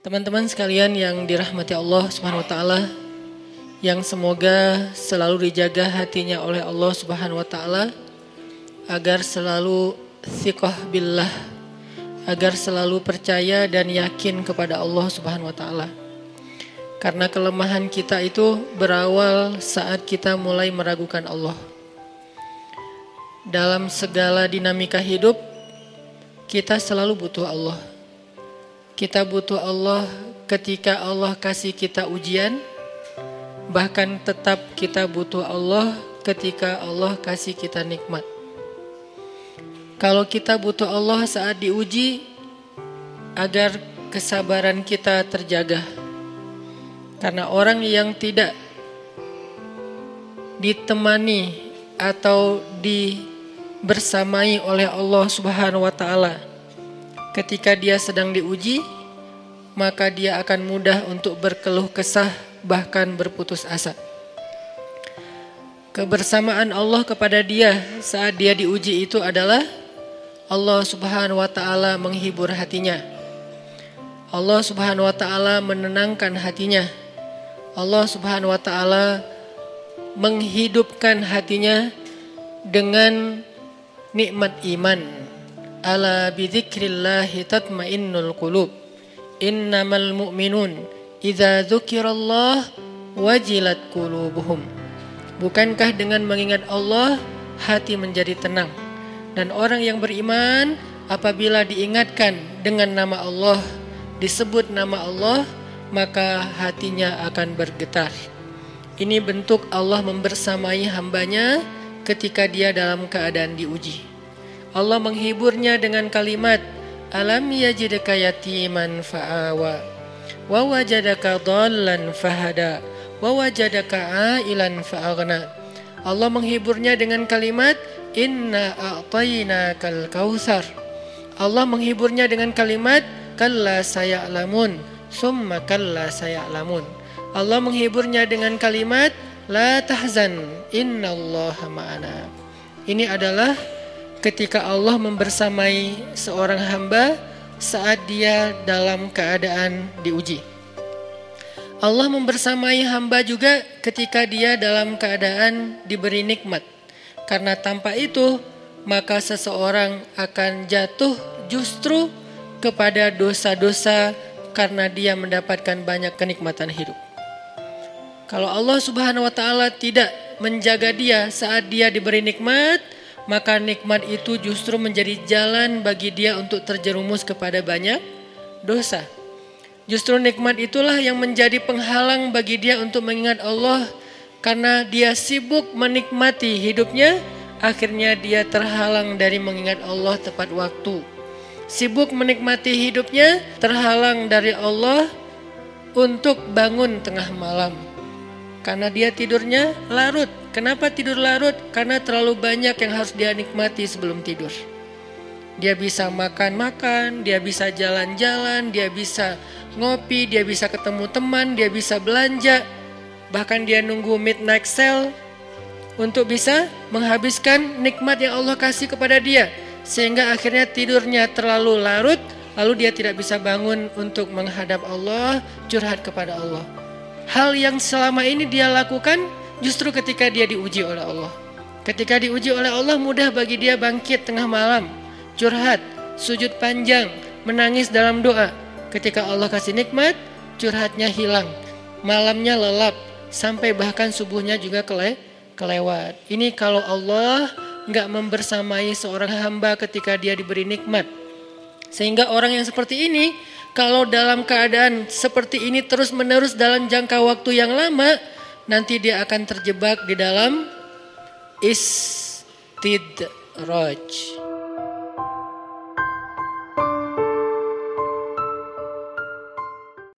Teman-teman sekalian yang dirahmati Allah Subhanahu wa taala, yang semoga selalu dijaga hatinya oleh Allah Subhanahu wa taala agar selalu thiqah billah, agar selalu percaya dan yakin kepada Allah Subhanahu wa taala. Karena kelemahan kita itu berawal saat kita mulai meragukan Allah. Dalam segala dinamika hidup, kita selalu butuh Allah. Kita butuh Allah ketika Allah kasih kita ujian. Bahkan tetap kita butuh Allah ketika Allah kasih kita nikmat. Kalau kita butuh Allah saat diuji, agar kesabaran kita terjaga. Karena orang yang tidak ditemani atau dibersamai oleh Allah Subhanahu wa taala ketika dia sedang diuji, maka dia akan mudah untuk berkeluh kesah, bahkan berputus asa. Kebersamaan Allah kepada dia saat dia diuji itu adalah Allah Subhanahu wa taala menghibur hatinya. Allah Subhanahu wa taala menenangkan hatinya. Allah Subhanahu wa taala menghidupkan hatinya dengan nikmat iman. Ala bidzikrillahi tatmainnul qulub. Innamal mu'minun idza dzukirallah wajilat qulubuhum. Bukankah dengan mengingat Allah hati menjadi tenang? Dan orang yang beriman apabila diingatkan dengan nama Allah, disebut nama Allah, maka hatinya akan bergetar. Ini bentuk Allah membersamai hambanya ketika dia dalam keadaan diuji. Allah menghiburnya dengan kalimat, alam yajidka yatiman fa'awa wa wajadaka dhallan fahada wa wajadaka ailan fa'aghna. Allah menghiburnya dengan kalimat, inna a'tainakal kautsar. Allah menghiburnya dengan kalimat, kalla saya'lamun summa kalla saya'lamun. Allah menghiburnya dengan kalimat, la tahzan innallaha ma'ana. Ini adalah ketika Allah membersamai seorang hamba saat dia dalam keadaan diuji. Allah membersamai hamba juga ketika dia dalam keadaan diberi nikmat. Karena tanpa itu, maka seseorang akan jatuh justru kepada dosa-dosa karena dia mendapatkan banyak kenikmatan hidup. Kalau Allah Subhanahu wa taala tidak menjaga dia saat dia diberi nikmat, maka nikmat itu justru menjadi jalan bagi dia untuk terjerumus kepada banyak dosa. Justru nikmat itulah yang menjadi penghalang bagi dia untuk mengingat Allah. Karena dia sibuk menikmati hidupnya, akhirnya dia terhalang dari mengingat Allah tepat waktu. Sibuk menikmati hidupnya, terhalang dari Allah untuk bangun tengah malam. Karena dia tidurnya larut. Kenapa tidur larut? Karena terlalu banyak yang harus dia nikmati sebelum tidur. Dia bisa makan-makan, dia bisa jalan-jalan, dia bisa ngopi, dia bisa ketemu teman, dia bisa belanja. Bahkan dia nunggu midnight sale untuk bisa menghabiskan nikmat yang Allah kasih kepada dia. Sehingga akhirnya tidurnya terlalu larut, lalu dia tidak bisa bangun untuk menghadap Allah, curhat kepada Allah. Hal yang selama ini dia lakukan justru ketika dia diuji oleh Allah. Ketika diuji oleh Allah, mudah bagi dia bangkit tengah malam, curhat, sujud panjang, menangis dalam doa. Ketika Allah kasih nikmat, curhatnya hilang, malamnya lelap, sampai bahkan subuhnya juga kelewat. Ini kalau Allah enggak membersamai seorang hamba ketika dia diberi nikmat. Sehingga orang yang seperti ini, kalau dalam keadaan seperti ini terus menerus dalam jangka waktu yang lama, nanti dia akan terjebak di dalam istidraj.